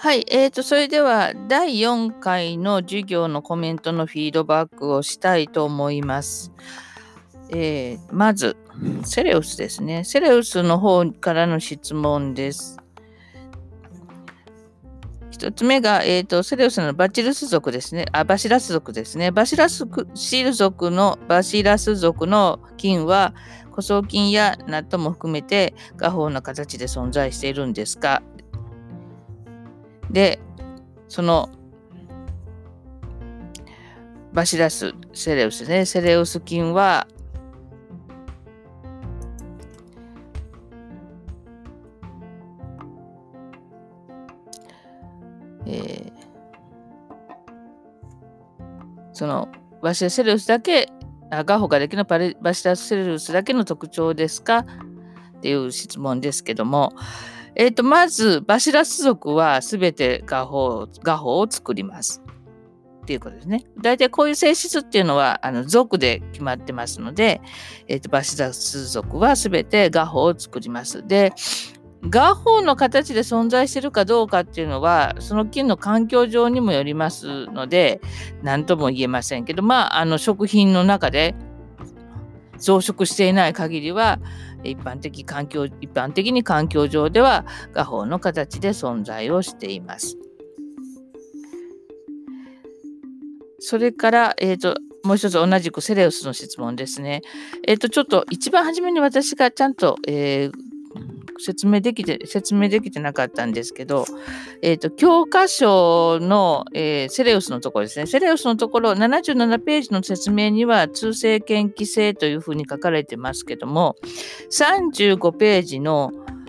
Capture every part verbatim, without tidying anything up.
はい、えーと、それではだいよんかいの授業のコメントのフィードバックをしたいと思います。えー、まず、セレウスですね。セレウスの方からの質問です。一つ目が、えーと、セレウスのバチルス属ですね。あ、バシラス属ですね。バシラス属の、バシラス属の菌は、古草菌やナットも含めて、芽胞の形で存在しているんですか？で、そのバシラスセレウスね、セレウス菌は、えー、そのバシラスセレウスだけ、あガホがだけのパレバシラスセレウスだけの特徴ですかっていう質問ですけども、えーと、まずバシラス属はすべてガホガホを作ります。っていうことですね。大体こういう性質っていうのはあの属で決まってますので、えーと、バシラス属はすべてガホを作ります。で、ガホの形で存在しているかどうかっていうのはその菌の環境上にもよりますので何とも言えませんけど、まあ、あの食品の中で増殖していない限りは一般的環境一般的に環境上ではガホの形で存在をしています。それから、えーと、もう一つ同じくセレウスの質問ですね。えーと、ちょっと一番初めに私がちゃんと、えー、説明できて、説明できてなかったんですけど、えーと、教科書の、えー、セレウスのところですね。セレウスのところ、ななじゅうななページの説明には通性嫌気性というふうに書かれてますけども、さんじゅうごページの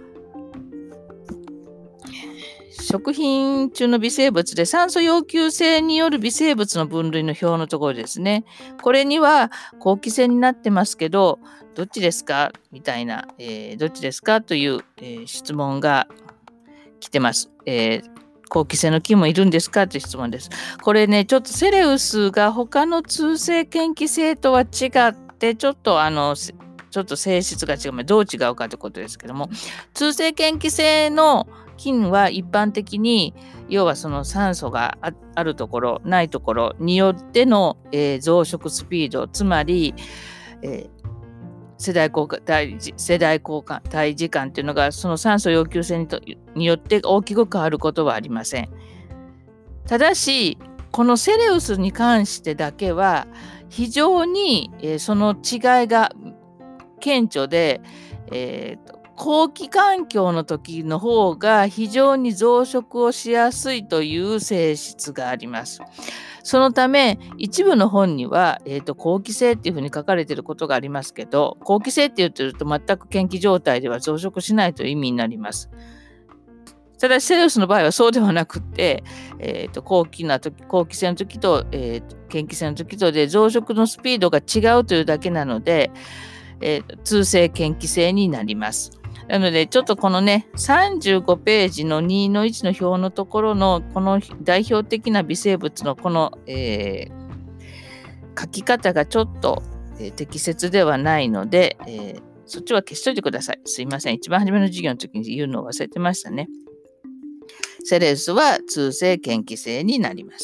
食品中の微生物で酸素要求性による微生物の分類の表のところですね。これには好気性になってますけど、どっちですかみたいな、えー、どっちですかという、えー、質問が来てます。えー好気性の菌もいるんですかという質問です。これね、ちょっとセレウスが他の通性嫌気性とは違って、ちょっとあの、ちょっと性質が違う、どう違うかということですけども、通性嫌気性の菌は一般的に要はその酸素があるところないところによっての、えー、増殖スピード、つまり、えー、世代交換対世代交換対時間というのがその酸素要求性 に, とによって大きく変わることはありません。ただしこのセレウスに関してだけは非常に、えー、その違いが顕著で、えーと後期環境の時の方が非常に増殖をしやすいという性質があります。そのため一部の本には、えーと、後期性っていうふうに書かれていることがありますけど、後期性って言ってると全く嫌気状態では増殖しないという意味になります。ただセレウスの場合はそうではなくて、えーと、後期な時後期性の時と、えーと、嫌気性の時とで増殖のスピードが違うというだけなので、えー、通性嫌気性になります。なのでちょっとこのねさんじゅうごページのにのいちの表のところのこの代表的な微生物のこの、えー、書き方がちょっと、えー、適切ではないので、えー、そっちは消しといてください。すいません。一番初めの授業の時に言うのを忘れてましたね。セレウスは通性嫌気性になります。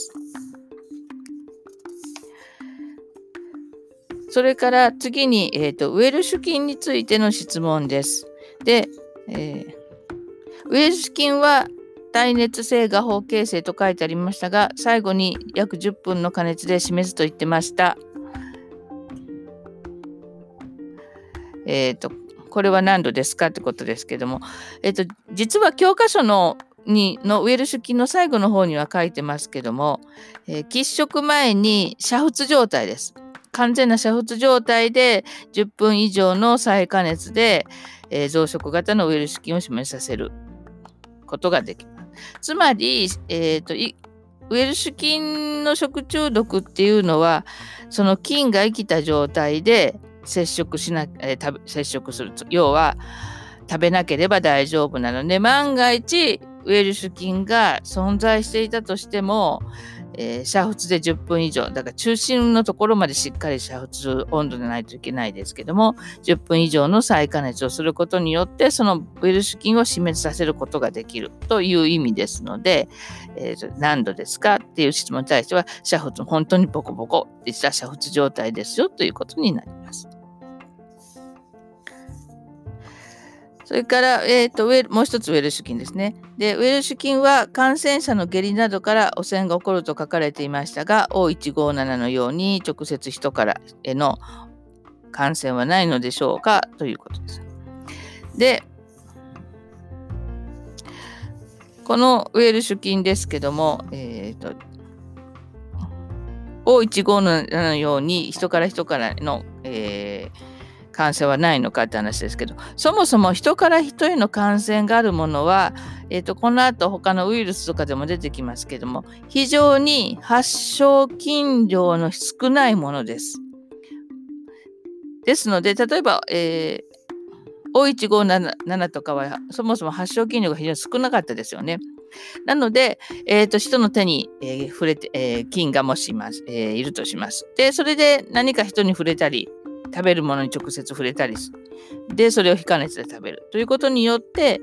それから次に、えーと、ウェルシュ菌についての質問です。で、えー、ウェルシュ菌は耐熱性芽胞形成と書いてありましたが、最後に約じゅっぷんの加熱で示すと言ってました。えーと、これは何度ですかってことですけども、えーと、実は教科書のにのウェルシュ菌の最後の方には書いてますけども、えー、喫食前に煮沸状態です。完全な煮沸状態でじゅっぷん以上の再加熱で、えー、増殖型のウイルス菌を示させることができます。つまり、えーと、ウイルス菌の食中毒っていうのはその菌が生きた状態で接触しな、えー、接触する、要は食べなければ大丈夫なので、万が一ウイルス菌が存在していたとしてもえー、煮沸でじゅっぷん以上、だから中心のところまでしっかり煮沸温度でないといけないですけども、じゅっぷん以上の再加熱をすることによってそのウイルス菌を死滅させることができるという意味ですので、えー、何度ですかっていう質問に対しては、煮沸本当にボコボコってした煮沸状態ですよということになります。それから、えーと、ウェルもう一つウェルシュ菌ですね。で、ウェルシュ菌は感染者の下痢などから汚染が起こると書かれていましたが、オーいちごーなな のように直接人からへの感染はないのでしょうかということです。で、このウェルシュ菌ですけども、えーと、オーいちごーなな のように人から人からの、えー感染はないのかって話ですけど、そもそも人から人への感染があるものは、えーと、この後他のウイルスとかでも出てきますけども、非常に発症菌量の少ないものです。ですので、例えば、えー、オーいちごーなな とかはそもそも発症菌量が非常に少なかったですよね。なので、えーと、人の手に、えー、触れて、えー、菌がもしいます、えー、いるとします。で、それで何か人に触れたり、食べるものに直接触れたりする。で、それを非加熱で食べるということによって、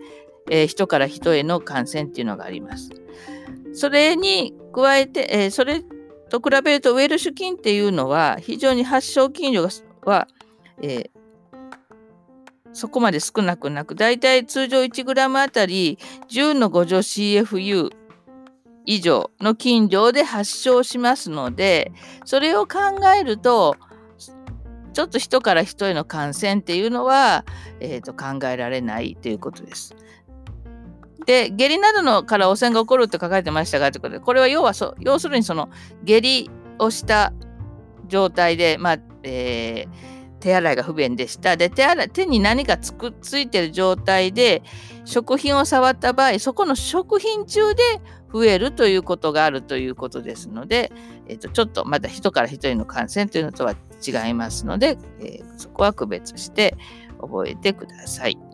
えー、人から人への感染っていうのがあります。それに加えて、えー、それと比べるとウェルシュ菌っていうのは非常に発症菌量は、えー、そこまで少なくなく、だいたい通常 いちグラム あたりじゅうのご乗 シーエフユー 以上の菌量で発症しますので、それを考えるとちょっと人から人への感染っていうのは、えー、と考えられないということです。で、下痢などのから汚染が起こるって書かれてましたがということで、これは要はそ要するにその下痢をした状態で、まあえー、手洗いが不便でした。で、手洗い手に何かつくついてる状態で食品を触った場合、そこの食品中で増えるということがあるということですので、えー、とちょっとまだ人から人への感染というのとは違いますので、えー、そこは区別して覚えてください。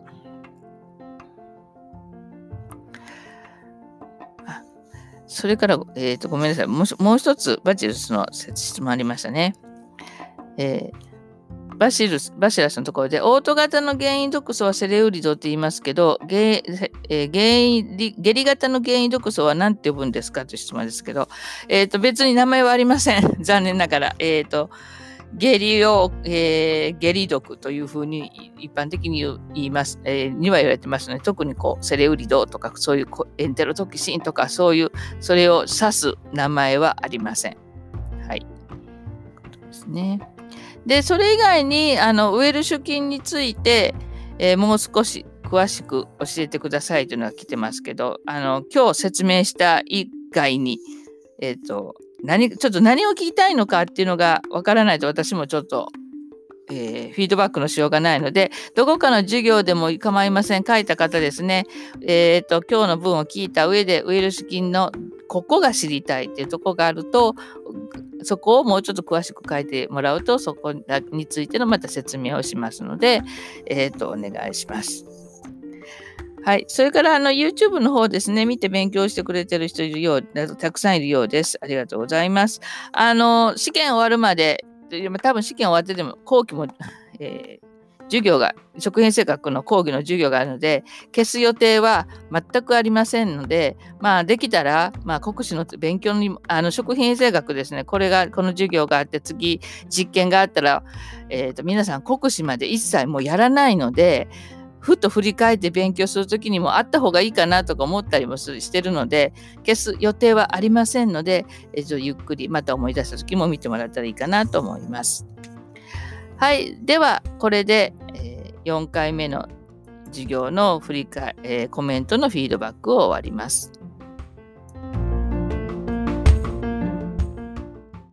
それから、えー、とごめんなさい。もう、もう一つバチルスの質問ありましたね。えーバシルスバシラスのところで、オート型の原因毒素はセレウリドって言いますけど、原えー、原因下痢型の原因毒素は何て呼ぶんですかという質問ですけど、えー、と別に名前はありません。残念ながら。えー、と下痢を、えー、下痢毒というふうに一般的に言います、えー、には言われてますので、特にこうセレウリドとかそういうエンテロトキシンとかそういうそれを指す名前はありません。はい。ということですね。で、それ以外にあのウェルシュ菌について、えー、もう少し詳しく教えてくださいというのが来てますけど、あの今日説明した以外に、えっと、何ちょっと何を聞きたいのかっていうのがわからないと私もちょっと、えー、フィードバックのしようがないので、どこかの授業でも構いません。書いた方ですね。えっと、今日の文を聞いた上でウェルシュ菌のここが知りたいっていうところがあると、そこをもうちょっと詳しく書いてもらうと、そこについてのまた説明をしますので、えっと、お願いします。はい。それからあの YouTube の方ですね、見て勉強してくれてる人いるよう、たくさんいるようです。ありがとうございます。あの、試験終わるまで、多分試験終わってでも後期も、えー授業が、食品生学の講義の授業があるので、消す予定は全くありませんので、まあ、できたら、まあ、国試の勉強に、あの食品生学ですね、これが、この授業があって、次、実験があったら、えーと、皆さん、国試まで一切もうやらないので、ふと振り返って勉強するときにもあった方がいいかなとか思ったりもしてるので、消す予定はありませんので、えーと、ゆっくりまた思い出したときも見てもらったらいいかなと思います。はい。では、これで、えー、よんかいめの授業の振り返、えー、コメントのフィードバックを終わります。